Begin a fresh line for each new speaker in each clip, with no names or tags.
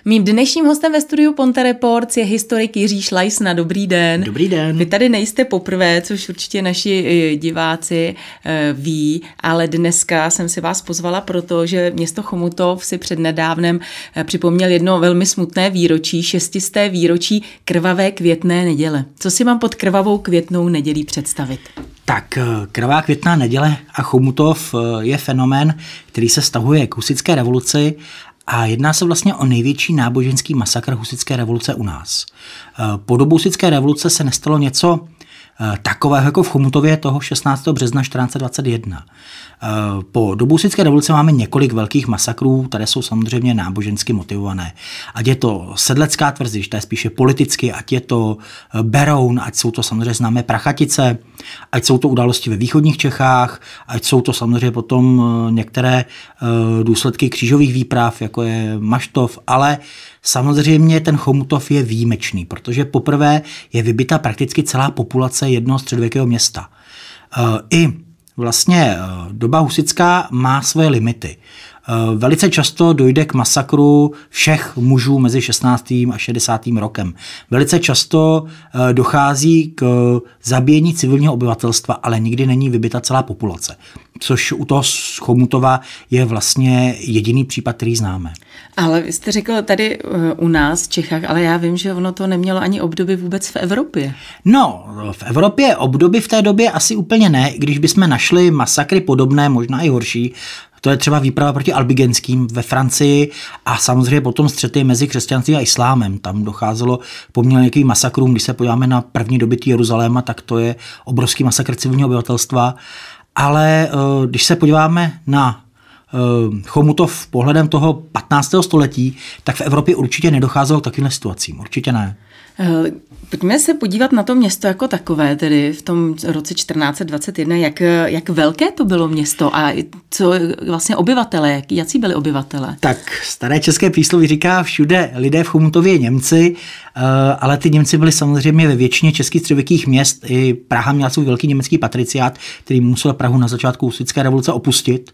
Mým dnešním hostem ve studiu Ponte Reports je historik Jiří Šlajsna. Dobrý den.
Dobrý den.
Vy tady nejste poprvé, což určitě naši diváci ví, ale dneska jsem si vás pozvala proto, že město Chomutov si přednedávnem připomněl jedno velmi smutné výročí, 600. výročí krvavé květné neděle. Co si mám pod krvavou květnou nedělí představit?
Tak krvavá květná neděle a Chomutov je fenomén, který se vztahuje k husitské revoluci a jedná se vlastně o největší náboženský masakr husitské revoluce u nás. Po dobu husitské revoluce se nestalo něco takového jako v Chomutově toho 16. března 1421. Po dobu husitské revoluce máme několik velkých masakrů, které jsou samozřejmě nábožensky motivované. Ať je to Sedlecká tvrziš, to je spíše politicky, ať je to Beroun, ať jsou to samozřejmě známé Prachatice, ať jsou to události ve východních Čechách, ať jsou to samozřejmě potom některé důsledky křížových výprav, jako je Maštov, ale samozřejmě ten Chomutov je výjimečný, protože poprvé je vybita prakticky celá populace jednoho středověkého města. I vlastně doba husitská má svoje limity. Velice často dojde k masakru všech mužů mezi 16. a 60. rokem. Velice často dochází k zabíjení civilního obyvatelstva, ale nikdy není vybita celá populace. Což u toho Chomutova je vlastně jediný případ, který známe.
Ale vy jste řekl tady u nás v Čechách, ale já vím, že ono to nemělo ani obdoby vůbec v Evropě.
No, v Evropě obdoby v té době asi úplně ne, když bychom našli masakry podobné, možná i horší. To je třeba výprava proti albigenským ve Francii a samozřejmě potom střety mezi křesťanstvím a islámem. Tam docházelo poměrně nějakým masakrům. Když se podíváme na první dobytí Jeruzaléma, tak to je obrovský masakr civilního obyvatelstva. Ale když se podíváme na Chomutov pohledem toho 15. století, tak v Evropě určitě nedocházelo k takovým situacím. Určitě ne.
Pojďme se podívat na to město jako takové, tedy v tom roce 1421, jak velké to bylo město a co vlastně obyvatele, jací byli obyvatele?
Tak staré české přísloví říká, všude lidé v Chomutově Němci, ale ty Němci byli samozřejmě ve většině českých středověkých měst. I Praha měla svůj velký německý patriciát, který musel Prahu na začátku husitské revoluce opustit.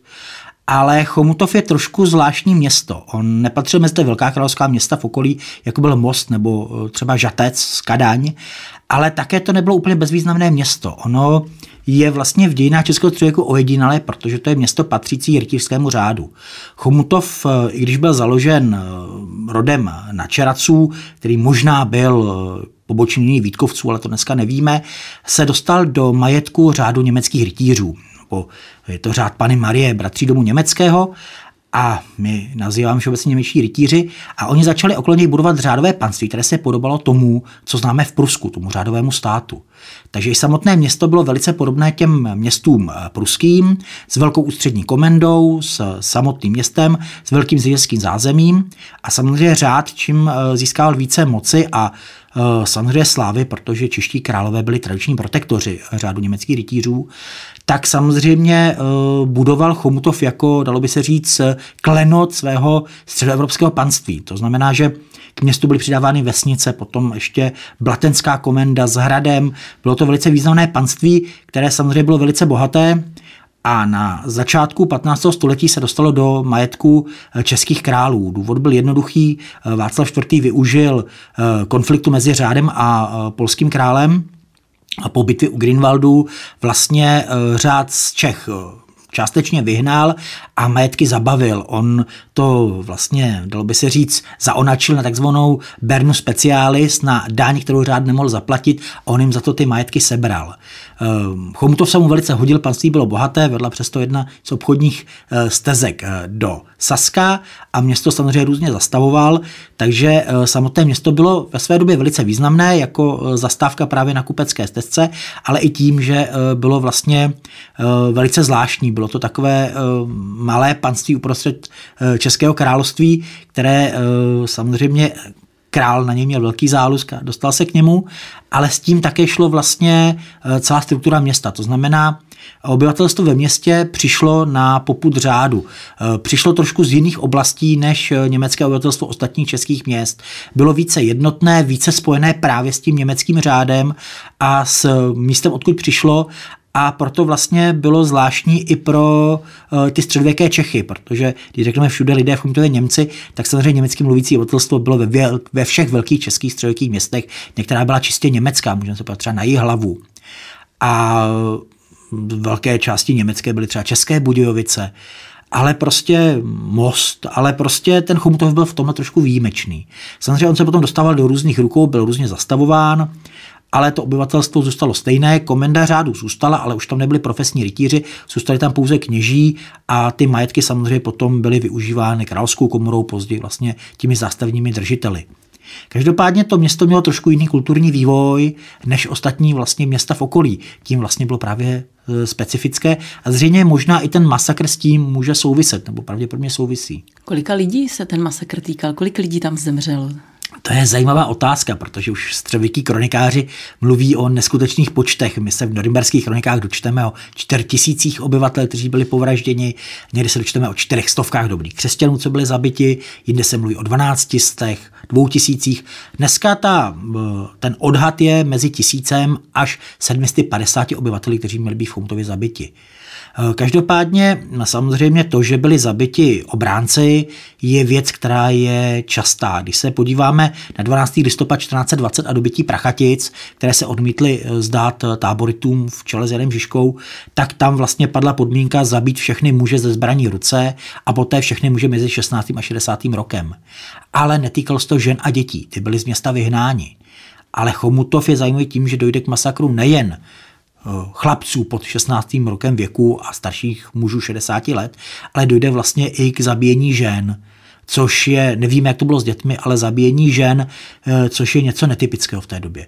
Ale Chomutov je trošku zvláštní město. On nepatřil mezi velká královská města v okolí, jako byl Most nebo třeba Žatec, Kadaň, ale také to nebylo úplně bezvýznamné město. Ono je vlastně v dějinách českého středověku ojedinělé, protože to je město patřící rytířskému řádu. Chomutov, i když byl založen rodem Načeraců, který možná byl pobočný Vítkovců, ale to dneska nevíme, se dostal do majetku řádu německých rytířů. Je to řád Panny Marie, bratří domu německého a my nazýváme všeobecně němečtí rytíři a oni začali okolo něj budovat řádové panství, které se podobalo tomu, co známe v Prusku, tomu řádovému státu. Takže i samotné město bylo velice podobné těm městům pruským, s velkou ústřední komendou, s samotným městem, s velkým zemědělským zázemím a samozřejmě řád, čím získával více moci a samozřejmě slávy, protože čeští králové byli tradiční protektoři řádu německých rytířů, tak samozřejmě budoval Chomutov jako, dalo by se říct, klenot svého středoevropského panství. To znamená, že k městu byly přidávány vesnice, potom ještě Blatenská komenda s hradem. Bylo to velice významné panství, které samozřejmě bylo velice bohaté a na začátku 15. století se dostalo do majetku českých králů. Důvod byl jednoduchý. Václav IV. Využil konfliktu mezi řádem a polským králem a po bitvě u Grünwaldu vlastně řád z Čech částečně vyhnal a majetky zabavil. On to vlastně, dalo by se říct, zaonačil na takzvanou Bernu specialis, na daň, kterou řád nemohl zaplatit a on jim za to ty majetky sebral. Chomutov se mu velice hodil, panství bylo bohaté, vedla přesto jedna z obchodních stezek do Saska a město samozřejmě různě zastavoval, takže samotné město bylo ve své době velice významné jako zastávka právě na kupecké stezce, ale i tím, že bylo vlastně velice zvláštní. Bylo to takové malé panství uprostřed Českého království, které samozřejmě král na něj měl velký zálusk a dostal se k němu, ale s tím také šlo vlastně celá struktura města. To znamená, obyvatelstvo ve městě přišlo na popud řádu. Přišlo trošku z jiných oblastí než německé obyvatelstvo ostatních českých měst. Bylo více jednotné, více spojené právě s tím německým řádem a s místem, odkud přišlo. a proto vlastně bylo zvláštní i pro ty středověké Čechy, protože když řekneme všude lidé v Chomutově Němci, tak samozřejmě německy mluvící obyvatelstvo bylo ve všech velkých českých středověkých městech, některá byla čistě německá, můžeme se podívat třeba na Jihlavu. A velké části německé byly třeba České Budějovice, ale prostě Most, ale prostě ten Chomutov byl v tomhle trošku výjimečný. Samozřejmě on se potom dostával do různých rukou, byl různě zastavován, ale to obyvatelstvo zůstalo stejné, komenda řádu zůstala, ale už tam nebyli profesní rytíři, zůstali tam pouze kněží a ty majetky samozřejmě potom byly využívány královskou komorou, později vlastně těmi zástavními držiteli. Každopádně to město mělo trošku jiný kulturní vývoj než ostatní vlastně města v okolí. Tím vlastně bylo právě specifické a zřejmě možná i ten masakr s tím může souviset, nebo pravděpodobně souvisí.
Kolika lidí se ten masakr týkal? Kolik lidí tam zemřelo?
To je zajímavá otázka, protože už středověký kronikáři mluví o neskutečných počtech. My se v norimberských kronikách dočteme o 4000 obyvatel, kteří byli povražděni, někdy se dočteme o 400 dobrých křesťanů, co byli zabiti, jinde se mluví o 1200, 2000. Dneska ten odhad je mezi 1000 až 750 obyvateli, kteří měli být v Chomutově zabiti. Každopádně samozřejmě to, že byli zabiti obránci, je věc, která je častá. Když se podíváme na 12. listopad 1420 a dobytí Prachatic, které se odmítly zdát táboritům v čele s Janem Žižkou, tak tam vlastně padla podmínka zabít všechny muže ze zbraní ruce a poté všechny muže mezi 16. a 60. rokem. Ale netýkalo se to žen a dětí, ty byly z města vyhnáni. Ale Chomutov je zajímavý tím, že dojde k masakru nejen chlapců pod 16. rokem věku a starších mužů 60 let, ale dojde vlastně i k zabíjení žen, což je, nevíme, jak to bylo s dětmi, ale zabíjení žen, což je něco netypického v té době.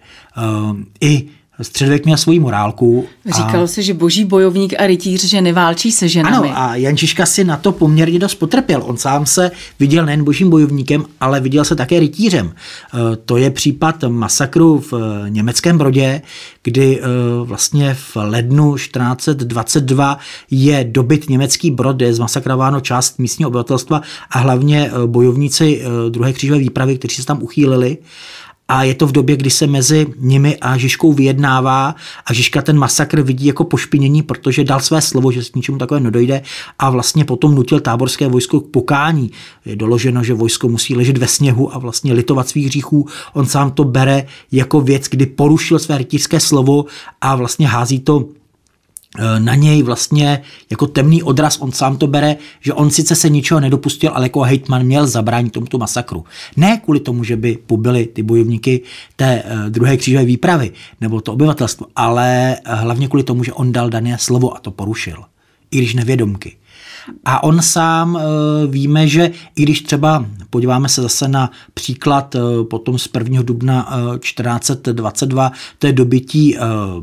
I středověk měl svoji morálku.
Říkalo se, že boží bojovník a rytíř, že neválčí se ženami.
Ano, a Jan Žižka si na to poměrně dost potrpěl. On sám se viděl nejen božím bojovníkem, ale viděl se také rytířem. To je případ masakru v německém Brodě, kdy vlastně v lednu 1422 je dobyt německý Brod, je zmasakrováno část místního obyvatelstva a hlavně bojovníci druhé křížové výpravy, kteří se tam uchýlili. A je to v době, kdy se mezi nimi a Žižkou vyjednává a Žižka ten masakr vidí jako pošpinění, protože dal své slovo, že s ničemu takové nedojde a vlastně potom nutil táborské vojsko k pokání. Je doloženo, že vojsko musí ležet ve sněhu a vlastně litovat svých hříchů. On sám to bere jako věc, kdy porušil své rytířské slovo a vlastně hází to na něj vlastně jako temný odraz, on sám to bere, že on sice se ničeho nedopustil, ale jako hejtman měl zabránit tomuto masakru. Ne kvůli tomu, že by pobili ty bojovníky té druhé křížové výpravy nebo to obyvatelstvo, ale hlavně kvůli tomu, že on dal dané slovo a to porušil. I když nevědomky. A on sám víme, že i když třeba podíváme se zase na příklad potom z 1. dubna 1422, to je dobytí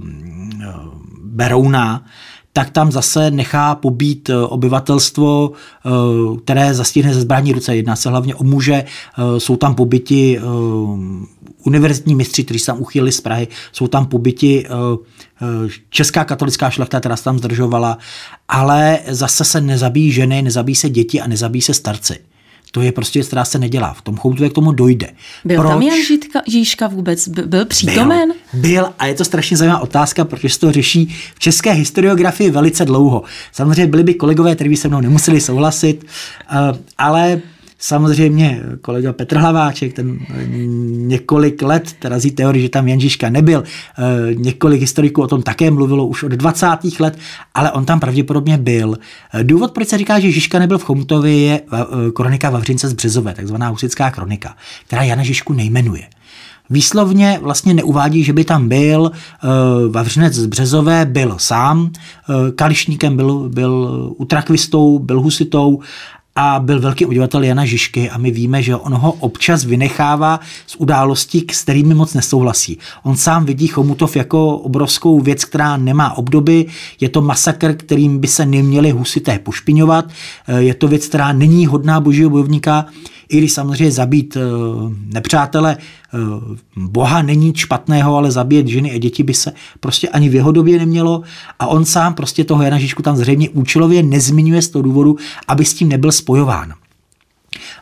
Berouna, tak tam zase nechá pobít obyvatelstvo, které zastihne ze zbraní ruce. Jedná se hlavně o muže, jsou tam pobiti univerzitní mistři, kteří se tam uchýlili z Prahy, jsou tam pobiti česká katolická šlechta, která se tam zdržovala, ale zase se nezabíjí ženy, nezabíjí se děti a nezabíjí se starci. To je prostě věc, která se nedělá. V tom Chomutově k tomu dojde.
Byl tam Jan Žižka vůbec? Byl přítomen?
Byl a je to strašně zajímavá otázka, protože se to řeší v české historiografii velice dlouho. Samozřejmě byli by kolegové, kteří by se mnou nemuseli souhlasit, ale samozřejmě kolega Petr Hlaváček, ten několik let razí teorii, že tam Jan Žižka nebyl. Několik historiků o tom také mluvilo už od 20. let, ale on tam pravděpodobně byl. Důvod, proč se říká, že Žižka nebyl v Chomutově, je kronika Vavřince z Březové, takzvaná husitská kronika, která Jana Žižku nejmenuje. Výslovně vlastně neuvádí, že by tam byl, Vavřinec z Březové byl sám, kališníkem byl utrakvistou, byl husitou a byl velký udivatel Jana Žižky a my víme, že on ho občas vynechává z událostí, s kterými moc nesouhlasí. On sám vidí Chomutov jako obrovskou věc, která nemá obdoby, je to masakr, kterým by se neměli husité pošpiňovat, je to věc, která není hodná božího bojovníka, i když samozřejmě zabít nepřátele Boha není špatného, ale zabíjet ženy a děti by se prostě ani v jeho době nemělo a on sám prostě toho Jana Žižku tam zřejmě účelově nezmiňuje z toho důvodu, aby s tím nebyl spojován.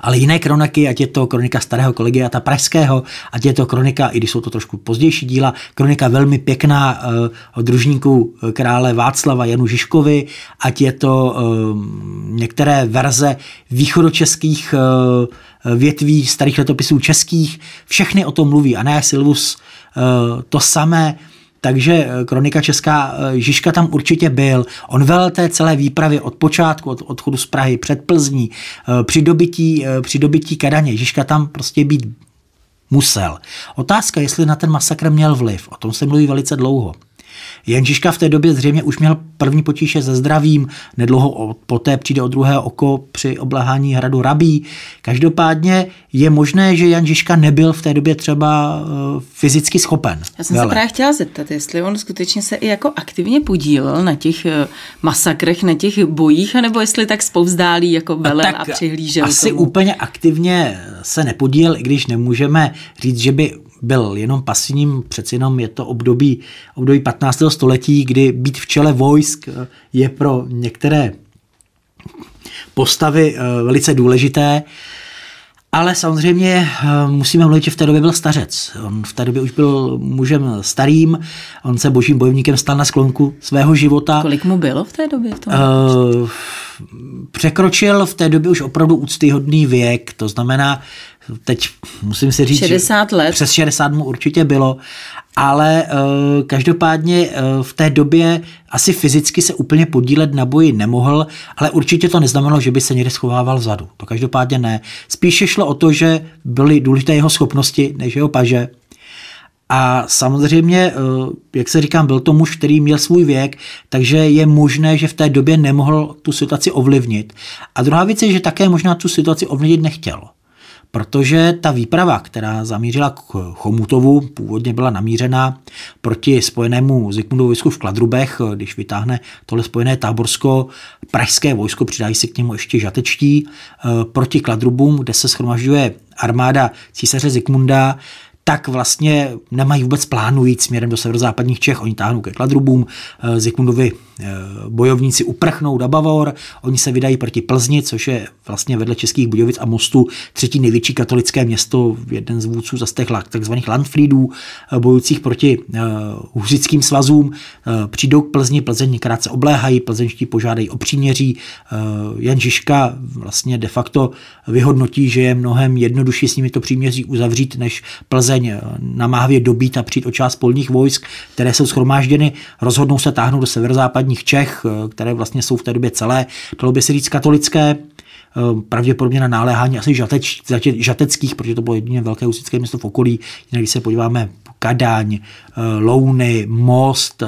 Ale jiné kroniky, ať je to kronika starého kolegiata pražského, ať je to kronika, i když jsou to trošku pozdější díla, kronika velmi pěkná od družníků krále Václava Janu Žižkovi, ať je to některé verze východočeských větví starých letopisů českých, všechny o tom mluví. Aeneas Sylvus to samé, takže kronika česká, Žižka tam určitě byl. On velel té celé výpravě od počátku, od odchodu z Prahy, před Plzní, při dobytí Kadaně. Žižka tam prostě být musel. Otázka, jestli na ten masakr měl vliv, o tom se mluví velice dlouho. Jan Žižka v té době zřejmě už měl první potíže se zdravím, nedlouho poté přijde o druhé oko při obléhání hradu Rabí. Každopádně je možné, že Jan Žižka nebyl v té době třeba fyzicky schopen.
Já jsem se právě chtěla zeptat, jestli on skutečně se i jako aktivně podílel na těch masakrech, na těch bojích, anebo jestli tak zpovzdálí jako velel a přihlížel
asi
tomu.
Úplně aktivně se nepodílel, i když nemůžeme říct, že by byl jenom pasivním, přeci jenom je to období 15. století, kdy být v čele vojsk je pro některé postavy velice důležité, ale samozřejmě musíme mluvit, že v té době byl stařec. On v té době už byl mužem starým, on se božím bojovníkem stal na sklonku svého života.
Kolik mu bylo v té době?
Překročil v té době už opravdu úctyhodný věk, to znamená, teď musím si říct,
60 let.
Přes 60 mu určitě bylo, ale každopádně v té době asi fyzicky se úplně podílet na boji nemohl, ale určitě to neznamenalo, že by se někde schovával vzadu. To každopádně ne. Spíše šlo o to, že byly důležité jeho schopnosti než jeho paže. A samozřejmě, jak se říkám, byl to muž, který měl svůj věk, takže je možné, že v té době nemohl tu situaci ovlivnit. A druhá věc je, že také možná tu situaci ovlivnit nechtěl. Protože ta výprava, která zamířila k Chomutovu, původně byla namířena proti spojenému Zikmundovu vojsku v Kladrubech, když vytáhne tohle spojené táborsko-pražské vojsko, přidají se k němu ještě žatečtí, proti Kladrubům, kde se shromažďuje armáda císaře Zikmunda, tak vlastně nemají vůbec plánu jít směrem do severozápadních Čech. Oni táhnou ke Kladrubům, Zikmundovi bojovníci uprchnou do Bavor, oni se vydají proti Plzni, což je vlastně vedle Českých Budějovic a Mostu třetí největší katolické město, jeden z vůdců zase těch takzvaných Landfriedů, bojujících proti husitským svazům. Přijdou k Plzni, Plzeň krátce obléhají, plzeňští požádají o příměří. Jan Žižka vlastně de facto vyhodnotí, že je mnohem jednodušší s nimi to příměří uzavřít, než Plzeň namáhavě dobít a přijít o část polních vojsk, které jsou shromážděny, rozhodnou se táhnout do severozápadních Čech, které vlastně jsou v té době celé, dalo by se říct katolické, pravděpodobně na náléhání asi žateckých, protože to bylo jedině velké husitské město v okolí, jinak když se podíváme Kadaň, Louny, Most,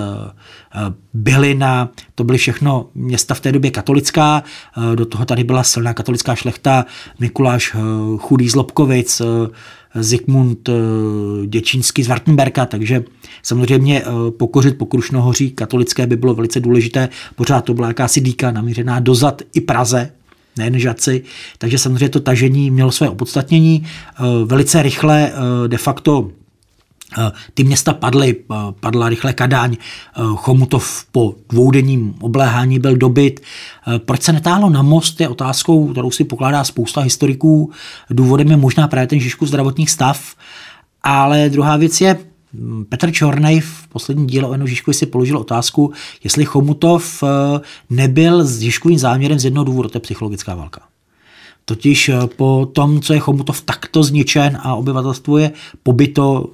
Bylina, to byly všechno města v té době katolická, do toho tady byla silná katolická šlechta, Mikuláš Chudý z Lobkovic, Zikmund Děčínský z Wartenberka, takže samozřejmě pokořit po Krušnohoří katolické by bylo velice důležité, pořád to byla jakási dýka namířená dozad i Praze, nejen Žaci, takže samozřejmě to tažení mělo své opodstatnění, velice rychle de facto ty města padla rychle Kadaň, Chomutov po dvoudenním obléhání byl dobyt. Proč se netáhlo na Most, je otázkou, kterou si pokládá spousta historiků. Důvodem je možná právě ten Žižkův zdravotní stav, ale druhá věc je, Petr Čornej v posledním díle o Janu Žižkovi si položil otázku, jestli Chomutov nebyl s Žižkovým záměrem z jednoho důvodu, to je psychologická válka. Totiž po tom, co je Chomutov takto zničen a obyvatelstvo je pobyto,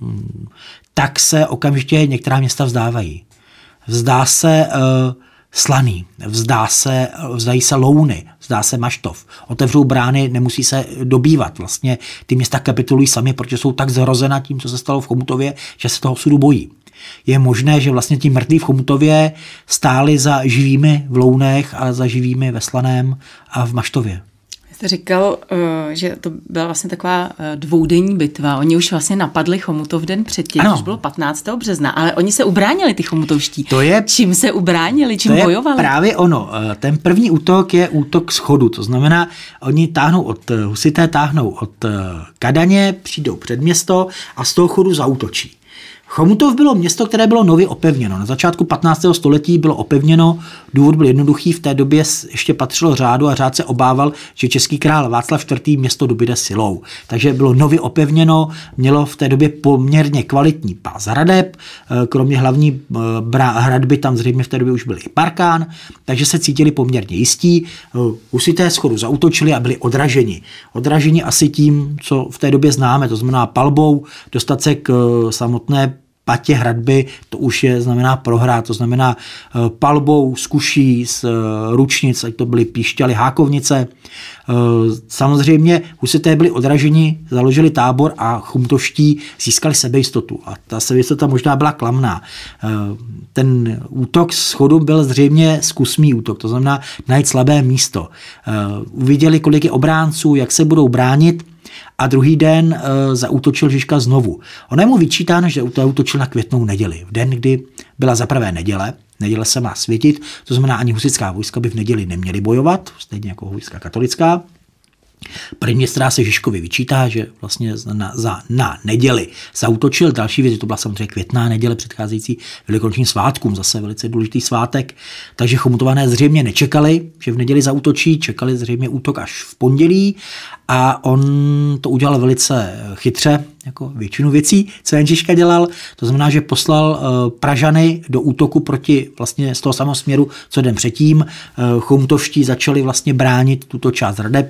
tak se okamžitě některá města vzdávají. Vzdá se Slaný, vzdají se Louny, vzdá se Maštov. Otevřou brány, nemusí se dobývat. Vlastně ty města kapitulují sami, protože jsou tak zhrozena tím, co se stalo v Chomutově, že se toho osudu bojí. Je možné, že vlastně ti mrtví v Chomutově stáli za živými v Lounech a za živými ve Slaném a v Maštově.
Jste říkal, že to byla vlastně taková dvoudenní bitva. Oni už vlastně napadli Chomutov den předtím, už bylo 15. března, ale oni se ubránili, ty chomutovští. Čím se ubránili, čím bojovali?
Právě ono. Ten první útok je útok z chodu, to znamená, oni husité táhnou od Kadaně, přijdou před město a z toho chodu zaútočí. Chomutov bylo město, které bylo nově opevněno. Na začátku 15. století bylo opevněno, důvod byl jednoduchý, v té době ještě patřilo řádu a řád se obával, že český král Václav IV. Město dobyde silou. Takže bylo nově opevněno, mělo v té době poměrně kvalitní pás hradeb, kromě hlavní hradby tam zřejmě v té době už byl i parkán, takže se cítili poměrně jistí. Husité schodu zaútočili a byli odraženi. Odraženi asi tím, co v té době známe, to znamená palbou, dostat se k samotné patě hradby, to už znamená prohrát, to znamená palbou z kuší, z ručnic, ať to byly píšťaly, hákovnice. Samozřejmě husité byli odraženi, založili tábor a chomutowští získali sebejistotu. A ta sebejistota možná byla klamná. Ten útok z chodu byl zřejmě zkusný útok, to znamená najít slabé místo. Uviděli, kolik je obránců, jak se budou bránit, a druhý den zaútočil Žižka znovu. On je mu vyčítáno, že útočil na Květnou neděli. V den, kdy byla za prvé neděle se má světit, to znamená ani husitská vojska by v neděli neměly bojovat, stejně jako vojska katolická. První strana se Žižkovi vyčítá, že vlastně na neděli zaútočil. Další věc, to byla samozřejmě Květná neděle předcházející velikonočním svátkům, zase velice důležitý svátek. Takže Chomutované zřejmě nečekali, že v neděli zaútočí, čekali zřejmě útok až v pondělí a on to udělal velice chytře, jako většinu věcí, co jen Žižka dělal. To znamená, že poslal Pražany do útoku proti vlastně z toho samého směru, co den předtím. Chomutovští začali vlastně bránit tuto část hradeb.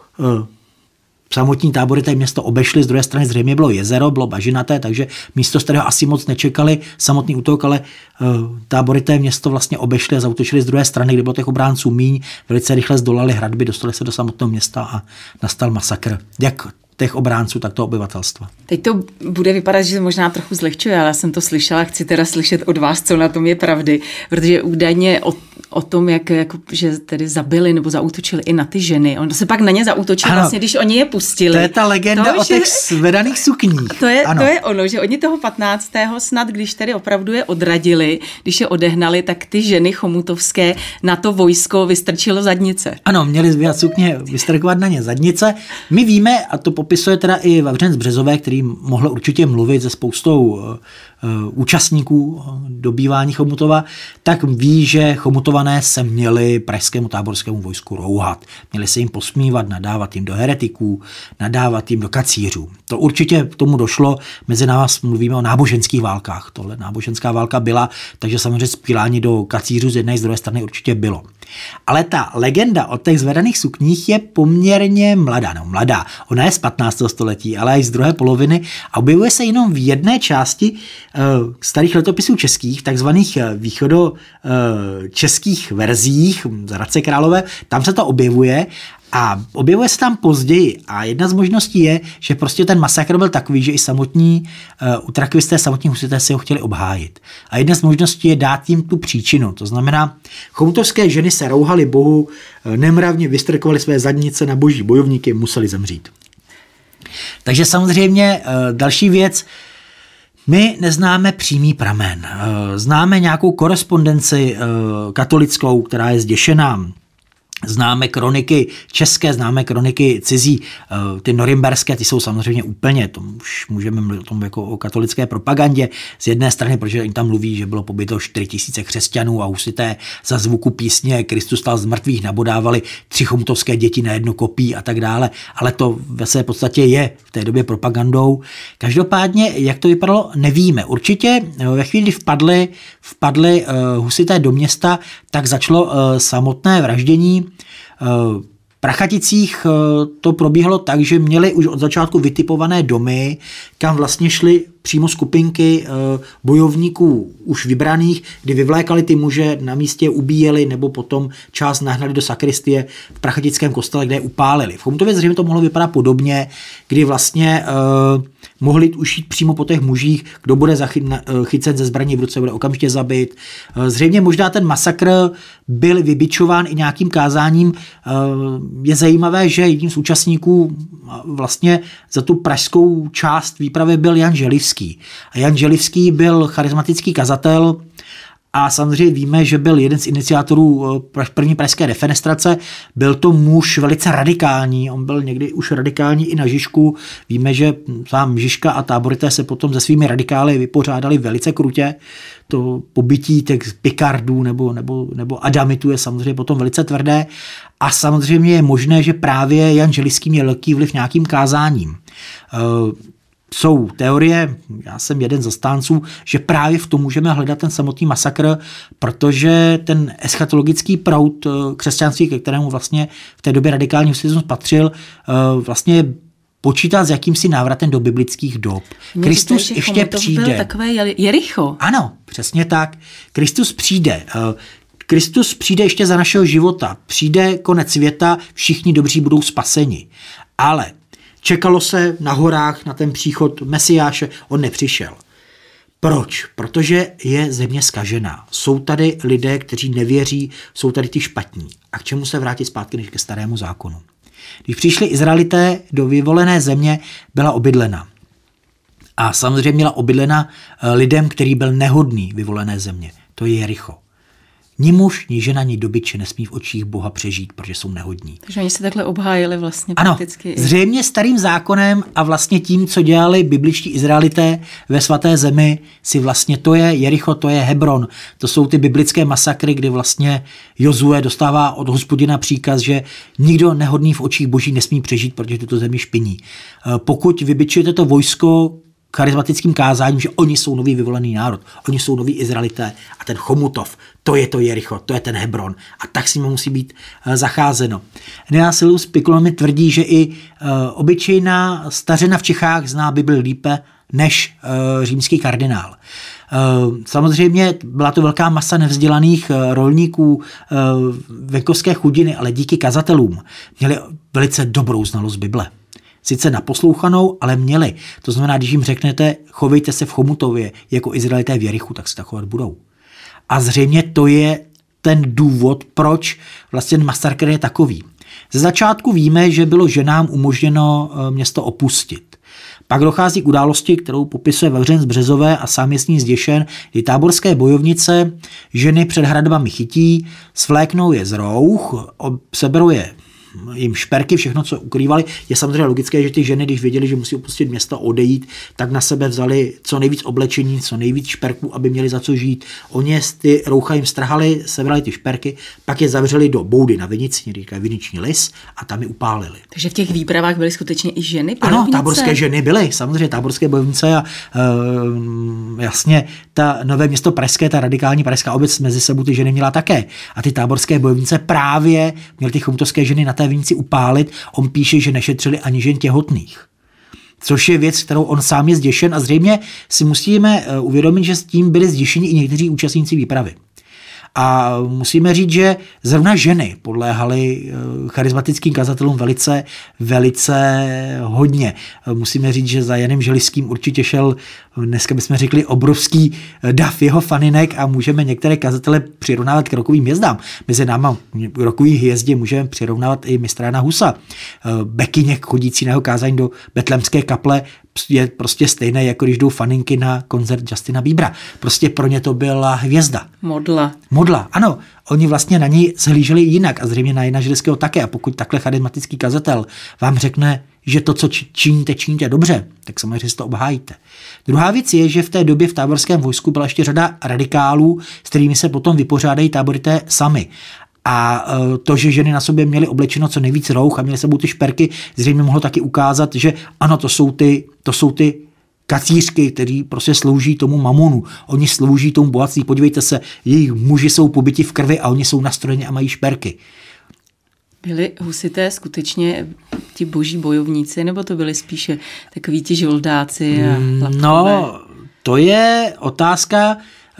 Samotní tábory té město obešly, z druhé strany zřejmě bylo jezero, bylo bažinaté, takže místo, z kterého asi moc nečekali samotný útok, ale tábory té město vlastně obešly a zaútočili z druhé strany, kde bylo těch obránců míň, velice rychle zdolali hradby, dostali se do samotného města a nastal masakr. Jak těch obránců, tak toho obyvatelstva.
Teď to bude vypadat, že možná trochu zlehčuje, ale já jsem to slyšela, chci teda slyšet od vás, co na tom je pravdy, protože údajně o tom, že tedy zabili nebo zaútočili i na ty ženy. On se pak na ně zaútočil vlastně, když oni je pustili.
To je ta legenda o těch zvedaných sukních.
To je ono, že oni toho 15. snad, když tedy opravdu je odradili, když je odehnali, tak ty ženy chomutovské na to vojsko vystrčilo zadnice.
Ano, měli zvíjat sukně, vystrkovat na ně zadnice. My víme, a to popisuje teda i Vavřinec Březové, který mohl určitě mluvit se spoustou účastníků dobývání Chomutova, tak ví, že Chomutované se měli pražskému táborskému vojsku rouhat. Měli se jim posmívat, nadávat jim do heretiků, nadávat jim do kacířů. To určitě k tomu došlo, mezi nás mluvíme o náboženských válkách. Tohle náboženská válka byla, takže samozřejmě spílání do kacířů z jedné i z druhé strany určitě bylo. Ale ta legenda o těch zvedaných sukních je poměrně mladá. Ona je z 15. století, ale i z druhé poloviny a objevuje se jenom v jedné části starých letopisů českých, takzvaných východočeských verzích z Hradce Králové, tam se to objevuje a objevuje se tam později a jedna z možností je, že prostě ten masakr byl takový, že i samotní utrakvisté, samotní husité si ho chtěli obhájit. A jedna z možností je dát jim tu příčinu, to znamená, chomutovské ženy se rouhaly Bohu, nemravně vystrkovaly své zadnice na boží bojovníky, museli zemřít. Takže samozřejmě další věc, my neznáme přímý pramen. Známe nějakou korespondenci katolickou, která je zděšená. Známe kroniky české, známe kroniky cizí, ty norimberské, ty jsou samozřejmě úplně, to už můžeme mluvit o tom jako o katolické propagandě z jedné strany, protože oni tam mluví, že bylo pobyto 4000 křesťanů a husité za zvuku písně Kristus stal z mrtvých nabodávali 3 chomutovské děti na jedno kopí a tak dále, ale to ve své podstatě je v té době propagandou. Každopádně, jak to vypadalo, nevíme. Určitě ve chvíli, kdy vpadli husité do města, tak začalo samotné vraždění. V Prachaticích to probíhalo tak, že měli už od začátku vytipované domy, kam vlastně šly přímo skupinky bojovníků už vybraných, kdy vyvlékali ty muže, na místě ubíjeli nebo potom část nahnali do sakristie v Prachatickém kostele, kde je upálili. V Chomutově zřejmě to mohlo vypadat podobně, kdy vlastně mohli ušít přímo po těch mužích, kdo bude chycen ze zbraní v ruce, bude okamžitě zabit. Zřejmě možná ten masakr byl vybičován i nějakým kázáním. Je zajímavé, že jedním z účastníků vlastně za tu pražskou část výpravy byl Jan Želivský. A Jan Želivský byl charismatický kazatel A samozřejmě víme, že byl jeden z iniciátorů první pražské defenestrace. Byl to muž velice radikální, on byl někdy už radikální i na Žižku. Víme, že sám Žižka a táborité se potom se svými radikály vypořádali velice krutě. To pobytí těch Pikardů nebo Adamitů je samozřejmě potom velice tvrdé. A samozřejmě je možné, že právě Jan Želivský měl velký vliv nějakým kázáním. Jsou teorie, já jsem jeden z zastánců, že právě v tom můžeme hledat ten samotný masakr, protože ten eschatologický proud křesťanství, ke kterému vlastně v té době radikální husitismus patřil, vlastně počítá s jakýmsi návratem do biblických dob. Kristus ještě přijde.
Byl takové Jericho.
Ano, přesně tak. Kristus přijde. Kristus přijde ještě za našeho života. Přijde konec světa, všichni dobří budou spaseni. Ale čekalo se na horách na ten příchod Mesiáše, on nepřišel. Proč? Protože je země zkažená. Jsou tady lidé, kteří nevěří, jsou tady ty špatní. A k čemu se vrátit zpátky než ke starému zákonu? Když přišli Izraelité do vyvolené země, byla obydlena. A samozřejmě byla obydlena lidem, který byl nehodný vyvolené země. To je Jericho. Ni muž, ni žena, ni dobytče nesmí v očích Boha přežít, protože jsou nehodní.
Takže oni se takhle obhájili vlastně prakticky.
Ano, zřejmě starým zákonem a vlastně tím, co dělali bibličtí Izraelité ve svaté zemi, si vlastně to je Jericho, to je Hebron. To jsou ty biblické masakry, kdy vlastně Jozue dostává od Hospodina příkaz, že nikdo nehodný v očích Boží nesmí přežít, protože tuto zemi špiní. Pokud vybičujete to vojsko charismatickým kázáním, že oni jsou nový vyvolený národ, oni jsou noví Izraelité a ten Chomutov, to je to Jericho, to je ten Hebron a tak s ním musí být zacházeno. Neasilus Piccolomini tvrdí, že i obyčejná stařena v Čechách zná Bibli lépe než římský kardinál. Samozřejmě byla to velká masa nevzdělaných rolníků venkovské chudiny, ale díky kazatelům měli velice dobrou znalost Bible. Sice naposlouchanou, ale měli. To znamená, když jim řeknete, chovejte se v Chomutově jako Izraelité v Jerichu, tak se tak chovat budou. A zřejmě to je ten důvod, proč vlastně masakr je takový. Ze začátku víme, že bylo ženám umožněno město opustit. Pak dochází k události, kterou popisuje Vavřin z Březové a sám je s ní zděšen, kdy táborské bojovnice ženy před hradbami chytí, svléknou je z rouch, seberou je jim šperky, všechno, co ukrývali. Je samozřejmě logické, že ty ženy, když věděli, že musí opustit město, odejít, tak na sebe vzali co nejvíc oblečení, co nejvíc šperků, aby měli za co žít. Oni ty roucha jim strhali, sebrali ty šperky, pak je zavřeli do boudy na vinici, někdy říkají viniční lis, a tam je upálili.
Takže v těch výpravách byly skutečně i ženy?
Ano, táborské ženy byly, samozřejmě táborské bojovnice a jasně, ta Nové Město pražské, ta radikální pražská obec mezi sebou ty ženy měla také. A ty táborské bojovnice právě měly ty chomutovské ženy na té vinici upálit. On píše, že nešetřili ani žen těhotných. Což je věc, kterou on sám je zděšen a zřejmě si musíme uvědomit, že s tím byli zděšeni i někteří účastníci výpravy. A musíme říct, že zrovna ženy podléhaly charismatickým kazatelům velice hodně. Musíme říct, že za Janem Želivským určitě šel, dneska bychom řekli, obrovský dav jeho faninek a můžeme některé kazatele přirovnávat k rokovým hvězdám. Mezi náma k rokovým hvězdě můžeme přirovnávat i mistra Jana Husa. Bekyněk chodící na jeho kázání do Betlémské kaple je prostě stejné, jako když jdou faninky na koncert Justina Biebera. Prostě pro ně to byla hvězda. Modla, ano. Oni vlastně na ní zhlíželi jinak a zřejmě na Jana Želivského také. A pokud takhle charismatický kazatel vám řekne, že to, co činíte dobře, tak samozřejmě si to obhájíte. Druhá věc je, že v té době v táborském vojsku byla ještě řada radikálů, s kterými se potom vypořádají táborité sami. A to, že ženy na sobě měly oblečeno co nejvíc rouch a měly sebou ty šperky, zřejmě mohlo taky ukázat, že ano, to jsou ty kacířky, kteří prostě slouží tomu mamonu. Oni slouží tomu bohatství. Podívejte se, jejich muži jsou pobiti v krvi a oni jsou nastrojeni a mají šperky.
Byli husité skutečně ti boží bojovníci, nebo to byli spíše takoví ti žoldáci a lapkové?
No, to je otázka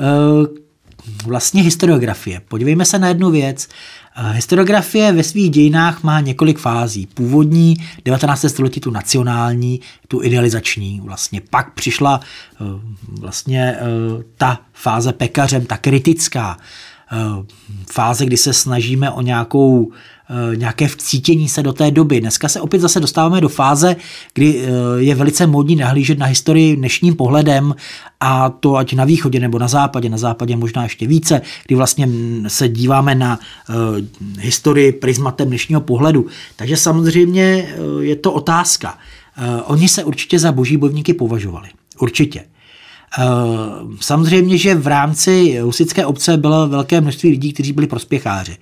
vlastně historiografie. Podívejme se na jednu věc. Historiografie ve svých dějinách má několik fází. Původní 19. století, tu nacionální, tu idealizační. Vlastně pak přišla ta fáze pekařem, ta kritická. fáze, kdy se snažíme o nějaké vcítění se do té doby. Dneska se opět zase dostáváme do fáze, kdy je velice módní nahlížet na historii dnešním pohledem, a to ať na východě nebo na západě možná ještě více, kdy vlastně se díváme na historii prismatem dnešního pohledu. Takže samozřejmě je to otázka. Oni se určitě za boží bojovníky považovali. Určitě. Samozřejmě, že v rámci husitské obce bylo velké množství lidí, kteří byli prospěcháři,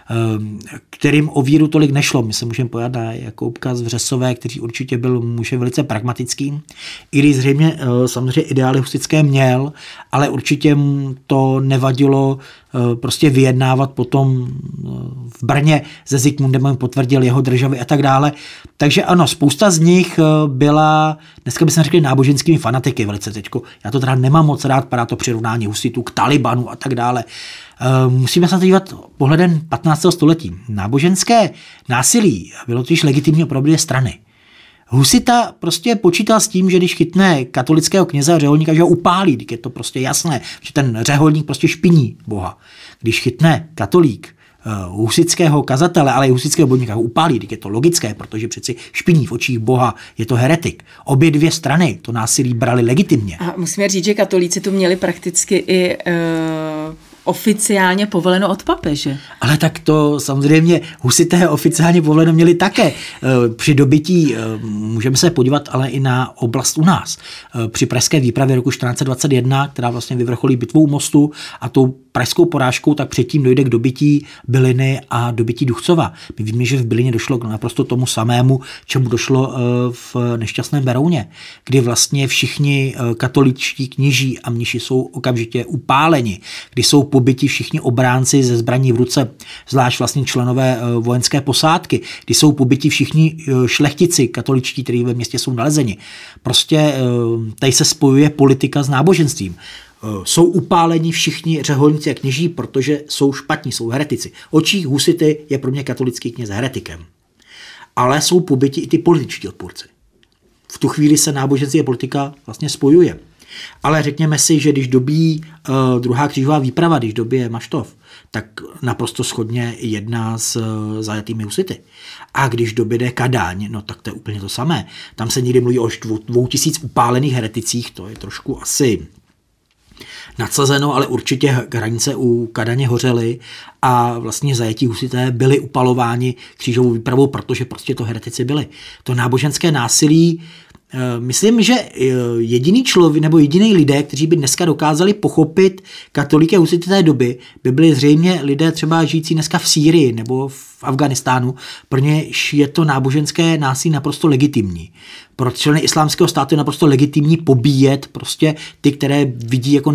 kterým o víru tolik nešlo. My se můžeme pojat na Jakoubka z Vřesové, který určitě byl muž velice pragmatický, i když zřejmě samozřejmě ideály husitské měl, ale určitě mu to nevadilo prostě vyjednávat potom v Brně se Zikmundem, potvrdil jeho državy a tak dále. Takže ano, spousta z nich byla, dneska bychom řekli, náboženskými fanatiky velice teďko. Já to teda nemám moc rád, padá to přirovnání husitů k Talibanu a tak dále. Musíme se na to dívat pohledem 15. století. Náboženské násilí bylo totiž legitimní pro obě strany. Husita prostě počítal s tím, že když chytne katolického kněze a řeholníka, že ho upálí, když je to prostě jasné, že ten řeholník prostě špiní Boha. Když chytne katolík husitského kazatele, ale i husitského bojovníka, ho upálí, když je to logické, protože přeci špiní v očích Boha, je to heretik. Obě dvě strany to násilí brali legitimně.
A musíme říct, že katolíci to měli prakticky i oficiálně povoleno od papeže.
Ale tak to samozřejmě husité oficiálně povoleno měli také. Při dobytí, můžeme se podívat ale i na oblast u nás. Při pražské výpravě roku 1421, která vlastně vyvrcholí bitvou u Mostu a tou pražskou porážkou, tak předtím dojde k dobytí Byliny a dobytí Duchcova. My víme, že v Bylině došlo k naprosto tomu samému, čemu došlo v nešťastném Berouně, kdy vlastně všichni katoličtí kněží a mniši jsou okamžitě upáleni, kdy jsou pobyti všichni obránci ze zbraní v ruce, zvlášť vlastně členové vojenské posádky, kdy jsou pobyti všichni šlechtici katoličtí, kteří ve městě jsou nalezeni. Prostě tady se spojuje politika s náboženstvím. Jsou upáleni všichni řeholníci a kněží, protože jsou špatní, jsou heretici. Očí husity je pro mě katolický kněz heretikem. Ale jsou pobyti i ty političtí odpůrci. V tu chvíli se náboženství a politika vlastně spojuje. Ale řekněme si, že když dobíjí druhá křížová výprava, když dobije Maštov, tak naprosto shodně jedná s zajatými husity. A když dobije Kadaň, no tak to je úplně to samé. Tam se někdy mluví o 2000 upálených hereticích, to je trošku asi nadsazeno, ale určitě hranice u Kadaně hořely a vlastně zajetí husité byli upalováni křížovou výpravou, protože prostě to heretici byli. To náboženské násilí, myslím, že jediný člověk nebo jediný lidé, kteří by dneska dokázali pochopit katolíky a husity té doby, by byli zřejmě lidé třeba žijící dneska v Sýrii nebo v Afghánistánu, pro ně je to náboženské násilí naprosto legitimní. Pro členy islámského státu je naprosto legitimní pobíjet prostě ty, které vidí jako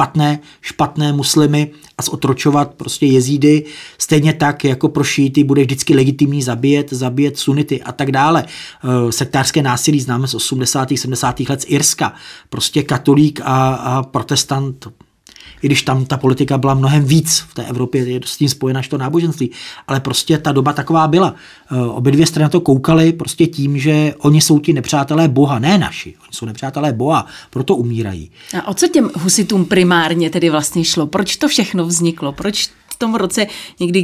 špatné muslimy a zotročovat prostě jezídy. Stejně tak jako pro šíity bude vždycky legitimní zabíjet sunity a tak dále. Sektářské násilí známe z 80. 70. let z Irska. Prostě katolík a protestant, i když tam ta politika byla mnohem víc v té Evropě, je s tím spojena než to náboženství, ale prostě ta doba taková byla. Obě dvě strany to koukaly prostě tím, že oni jsou ti nepřátelé Boha, ne naši. Oni jsou nepřátelé Boha, proto umírají.
A o co těm husitům primárně tedy vlastně šlo? Proč to všechno vzniklo? Proč v tom roce někdy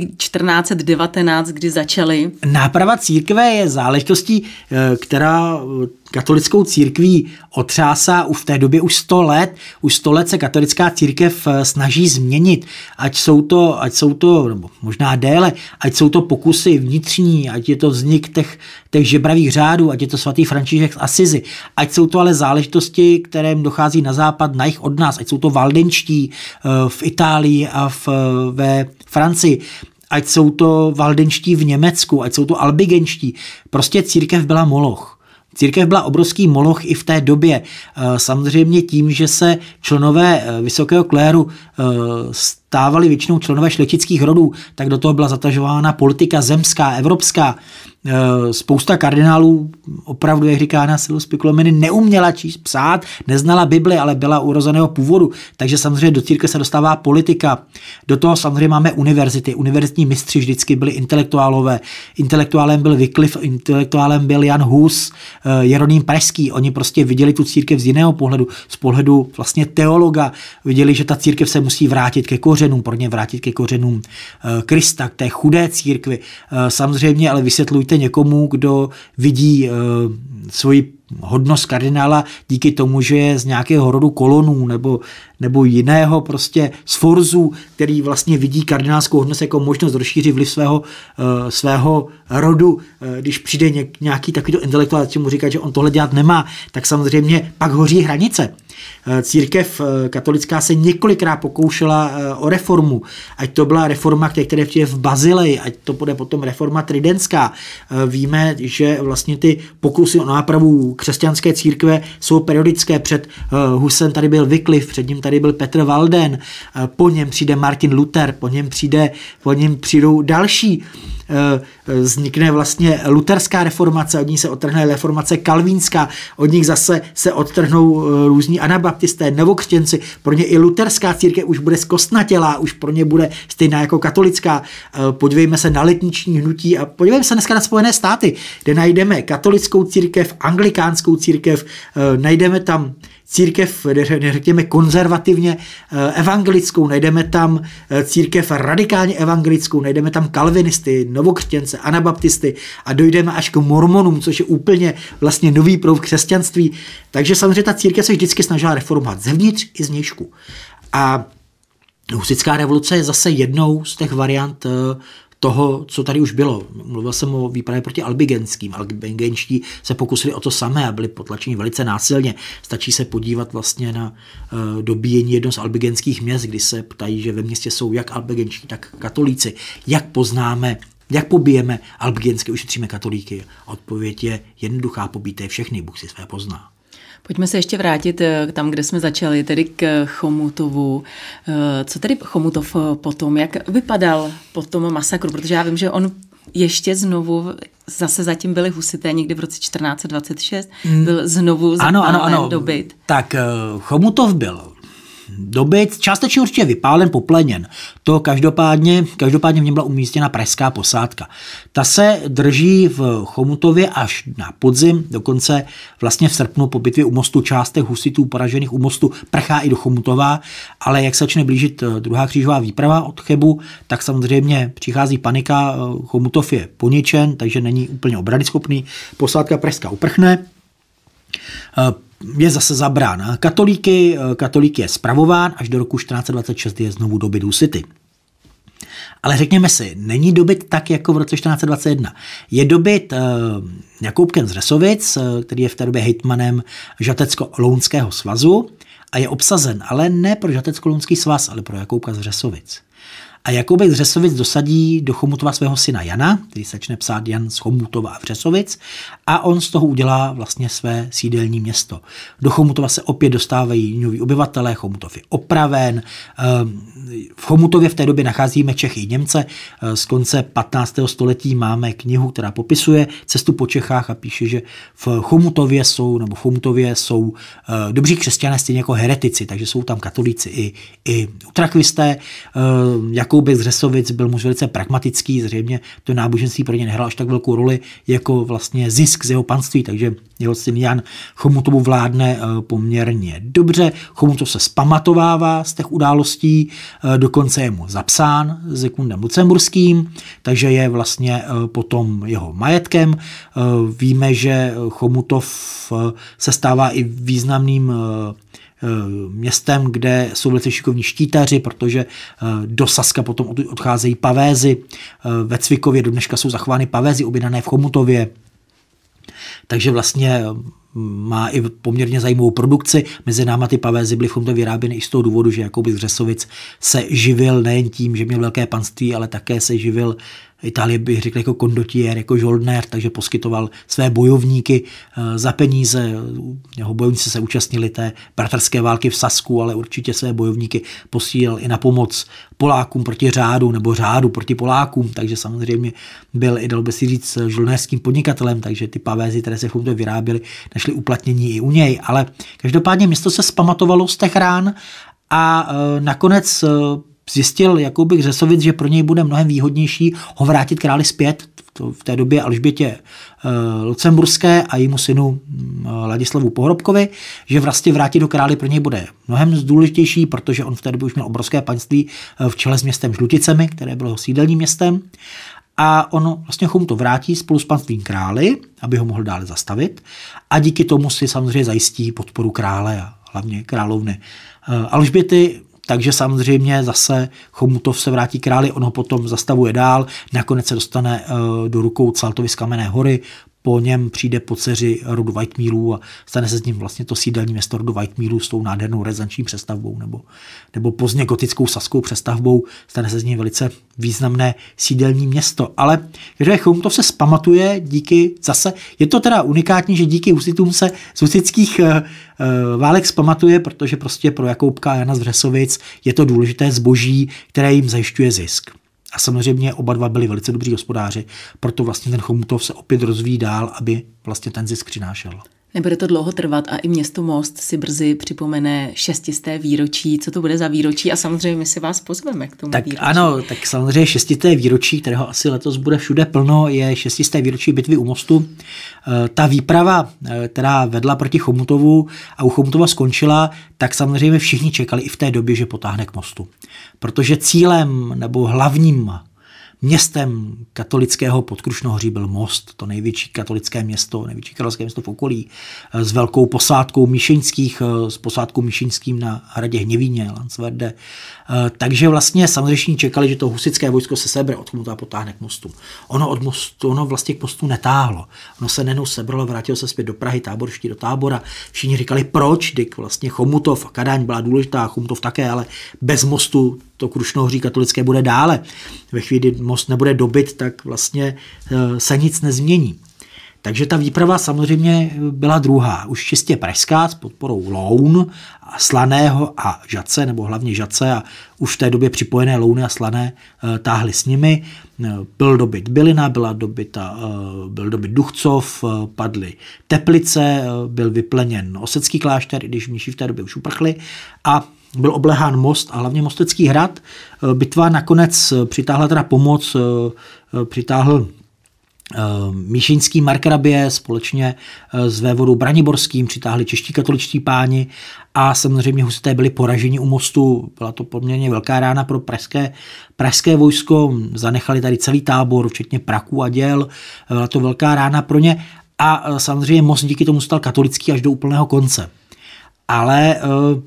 1419, kdy začali?
Náprava církve je záležitostí, která katolickou církví otřásá už v té době už 100 let. Už 100 let se katolická církev snaží změnit, ať jsou to nebo možná déle, ať jsou to pokusy vnitřní, ať je to vznik těch žebravých řádů, ať je to svatý František z Asizi, ať jsou to ale záležitosti, které dochází na západ, na jih od nás, ať jsou to valdenští v Itálii a ve Francii, ať jsou to valdenští v Německu, ať jsou to albigenští. Prostě církev byla moloch. Církev byla obrovský moloch i v té době. Samozřejmě tím, že se členové vysokého kléru stávali většinou členové šlechtických rodů, tak do toho byla zatažována politika zemská, evropská. Spousta kardinálů opravdu, jak říká na Silus Piccolomini, neuměla číst, psát, neznala Bibli, ale byla urozeného původu, takže samozřejmě do církve se dostává politika. Do toho samozřejmě máme univerzity. Univerzitní mistři vždycky byli intelektuálové. Intelektuálem byl Wycliffe, intelektuálem byl Jan Hus, Jeroným Pražský. Oni prostě viděli tu církev z jiného pohledu, z pohledu vlastně teologa. Viděli, že ta církev se musí vrátit ke kořenům, kořenům, pro ně vrátit ke kořenům Krista, k té chudé církvi. Samozřejmě ale vysvětlujte někomu, kdo vidí svoji hodnost kardinála díky tomu, že je z nějakého rodu kolonů nebo jiného prostě sforzu, který vlastně vidí kardinálskou hodnost jako možnost rozšířit vliv svého rodu. Když přijde nějaký takovýto intelektuál, mu říká, že on tohle dělat nemá, tak samozřejmě pak hoří hranice. Církev katolická se několikrát pokoušela o reformu, ať to byla reforma, které je v Bazileji, ať to bude potom reforma tridentská. Víme, že vlastně ty pokusy o nápravu křesťanské církve jsou periodické. Před Husem tady byl Wycliffe, před ním tady byl Petr Walden, po něm přijde Martin Luther, po něm přijdou další. Vznikne vlastně luterská reformace, od ní se odtrhne reformace kalvínská, od nich zase se odtrhnou různí anabaptisté, novokřtěnci, pro ně i luterská církev už bude zkostnatělá, už pro ně bude stejná jako katolická. Podívejme se na letniční hnutí a podívejme se dneska na Spojené státy, kde najdeme katolickou církev, anglikánskou církev, najdeme tam církev, řekněme konzervativně evangelickou, najdeme tam církev radikálně evangelickou, najdeme tam kalvinisty, novokřtěnce, anabaptisty a dojdeme až k mormonům, což je úplně vlastně nový proud křesťanství. Takže samozřejmě ta církev se vždycky snažila reformovat zevnitř i zvnějšku. A husitská revoluce je zase jednou z těch variant toho, co tady už bylo. Mluvil jsem o výpravě proti albigenským. Albigenští se pokusili o to samé a byli potlačeni velice násilně. Stačí se podívat vlastně na dobíjení jednoho z albigenských měst, kdy se ptají, že ve městě jsou jak albigenští, tak katolíci. Jak poznáme, jak pobijeme albigenské, ušetříme katolíky? Odpověď je jednoduchá, pobijte všechny, Bůh si své pozná.
Pojďme se ještě vrátit tam, kde jsme začali, tedy k Chomutovu. Co tedy Chomutov potom, jak vypadal po tom masakru? Protože já vím, že on ještě znovu, zase zatím byli husité, někdy v roce 1426, byl znovu zapálen, dobyt.
Tak Chomutov byl dobyt, částečně určitě vypálen, popleněn. To každopádně v něm byla umístěna pražská posádka. Ta se drží v Chomutově až na podzim, dokonce vlastně v srpnu po bitvě u mostu část těch husitů poražených u mostu prchá i do Chomutova, ale jak se začne blížit druhá křížová výprava od Chebu, tak samozřejmě přichází panika, Chomutov je poničen, takže není úplně obranyschopný, posádka pražská uprchne, je zase zabrán katolík je spravován, až do roku 1426 je znovu dobyt husity. Ale řekněme si, není dobyt tak, jako v roce 1421. Je dobyt Jakoubkem z Řesovic, který je v té době hejtmanem Žatecko-Lounského svazu a je obsazen, ale ne pro Žatecko-Lounský svaz, ale pro Jakoubka z Řesovic. A Jakoubek z Řesovic dosadí do Chomutova svého syna Jana, který se začne psát Jan z Chomutova a Řesovic, a on z toho udělá vlastně své sídelní město. Do Chomutova se opět dostávají noví obyvatelé, Chomutov je opraven. V Chomutově v té době nacházíme Čechy i Němce. Z konce 15. století máme knihu, která popisuje cestu po Čechách a píše, že v Chomutově jsou dobří křesťané stejně jako heretici, takže jsou tam katolíci i utrakvisté. Jakoubek z Řesovic byl muž velice pragmatický, zřejmě to náboženství pro ně nehrál až tak velkou roli jako vlastně zisk z jeho panství, takže jeho syn Jan Chomutovu vládne poměrně dobře. Chomutov se zpamatovává z těch událostí, dokonce je mu zapsán Zikmundem Lucemburským, takže je vlastně potom jeho majetkem. Víme, že Chomutov se stává i významným městem, kde jsou velice šikovní štítaři, protože do Saska potom odcházejí pavézy. Ve Cvikově do dneška jsou zachovány pavézy objednané v Chomutově. Takže vlastně má i poměrně zajímavou produkci. Mezi náma ty pavézy byly v Chomutově vyráběny i z toho důvodu, že Jakoubek z Řesovic se živil nejen tím, že měl velké panství, ale také se živil, Itálie bych řekl, jako kondotiér, jako žoldnér, takže poskytoval své bojovníky za peníze. Jeho bojovníci se účastnili té bratrské války v Sasku, ale určitě své bojovníky posílal i na pomoc Polákům proti řádu nebo řádu proti Polákům, takže samozřejmě byl i, dalo by si říct, žoldnérským podnikatelem, takže ty pavézy, které se v Chomutově vyráběly, našly uplatnění i u něj, ale každopádně město se zpamatovalo z těch rán a nakonec zjistil Jakoubek z Řesovic, že pro něj bude mnohem výhodnější ho vrátit králi zpět. v té době Alžbětě Lucemburské a jejímu synu Ladislavu Pohrobkovi, že vlastně vrátit do králi pro něj bude mnohem důležitější, protože on v té době už měl obrovské panství v čele s městem Žluticemi, které bylo sídelním městem. A on vlastně Chomutov vrátí spolu s panstvím králi, aby ho mohl dále zastavit. A díky tomu si samozřejmě zajistí podporu krále a hlavně královny Alžběty. Takže samozřejmě zase Chomutov se vrátí králi, on ho potom zastavuje dál, nakonec se dostane do rukou Cvaltovy z Kamenné Hory, po něm přijde po dceři rodu Wightmílů a stane se z ním vlastně to sídelní město rodu Wightmílů s tou nádhernou rezanční přestavbou nebo pozdně gotickou saskou přestavbou, stane se z něj velice významné sídelní město. Ale Chomutov se zpamatuje díky zase, je to teda unikátní, že díky husitům se z husitských válek zpamatuje, protože prostě pro Jakoubka a Jana z Břesovic je to důležité zboží, které jim zajišťuje zisk. A samozřejmě oba dva byli velice dobří hospodáři, proto vlastně ten Chomutov se opět rozvíjí dál, aby vlastně ten zisk přinášel.
Nebude to dlouho trvat a i město Most si brzy připomene 600. výročí. Co to bude za výročí? A samozřejmě my si vás pozveme k tomu
tak
výročí.
Ano, tak samozřejmě 600. výročí, kterého asi letos bude všude plno, je 600. výročí bitvy u Mostu. Ta výprava, která vedla proti Chomutovu a u Chomutova skončila, tak samozřejmě všichni čekali i v té době, že potáhne k Mostu. Protože cílem nebo hlavním městem katolického Podkrušnohoří byl Most, to největší katolické město, největší královské město v okolí, s velkou posádkou míšeňských, s posádkou míšeňským na hradě Hněvíně, Landsverde. Takže vlastně samozřejmě čekali, že to husitské vojsko se sebere od Chomuta a potáhne k Mostu. Ono vlastně k Mostu netáhlo. Ono se nenou sebralo, vrátilo se zpět do Prahy, táborští do Tábora. Všichni říkali, proč, když vlastně Chomutov a Kadaň byla důležitá, Chomutov také, ale bez Mostu to Krušnohoří katolické bude dále. Ve chvíli, kdy Most nebude dobyt, tak vlastně se nic nezmění. Takže ta výprava samozřejmě byla druhá, už čistě pražská s podporou Loun, Slaného a Žatce, nebo hlavně Žatce a už v té době připojené Louny a Slané táhly s nimi. Byl dobyt Bylina, byl dobyt Duchcov, padly Teplice, byl vypleněn Osecký klášter, i když mniši v té době už uprchli a byl oblehán Most a hlavně Mostecký hrad. Bitva nakonec přitáhla teda pomoc, přitáhl míšeňský markrabě společně s vévodou Braniborským, přitáhli čeští katoličtí páni a samozřejmě husité byli poraženi u Mostu. Byla to poměrně velká rána pro pražské vojsko, zanechali tady celý tábor, včetně praků a děl. Byla to velká rána pro ně a samozřejmě Most díky tomu stal katolický až do úplného konce. Ale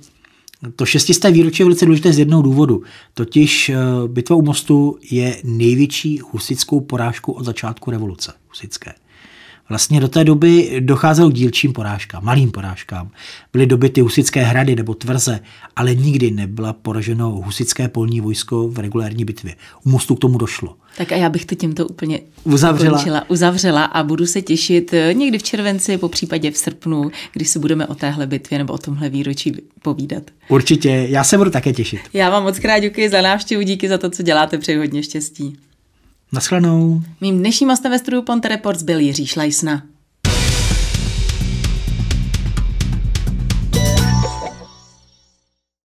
to 600. výročí je velice důležité z jednoho důvodu. Totiž bitva u Mostu je největší husitskou porážkou od začátku revoluce husitské. Vlastně do té doby docházelo k dílčím porážkám, malým porážkám. Byly dobyty husitské hrady nebo tvrze, ale nikdy nebyla poraženo husitské polní vojsko v regulární bitvě. U Mostu k tomu došlo.
Tak a já bych to tímto úplně
uzavřela
a budu se těšit někdy v červenci, po případě v srpnu, když se budeme o téhle bitvě nebo o tomhle výročí povídat.
Určitě, já se budu také těšit.
Já vám moc krát děkuji za návštěvu, díky za to, co děláte, přeji hodně štěstí.
Naschledanou.
Mým dnešním hostem ve studiu Ponte Reports byl Jiří Šlajsna.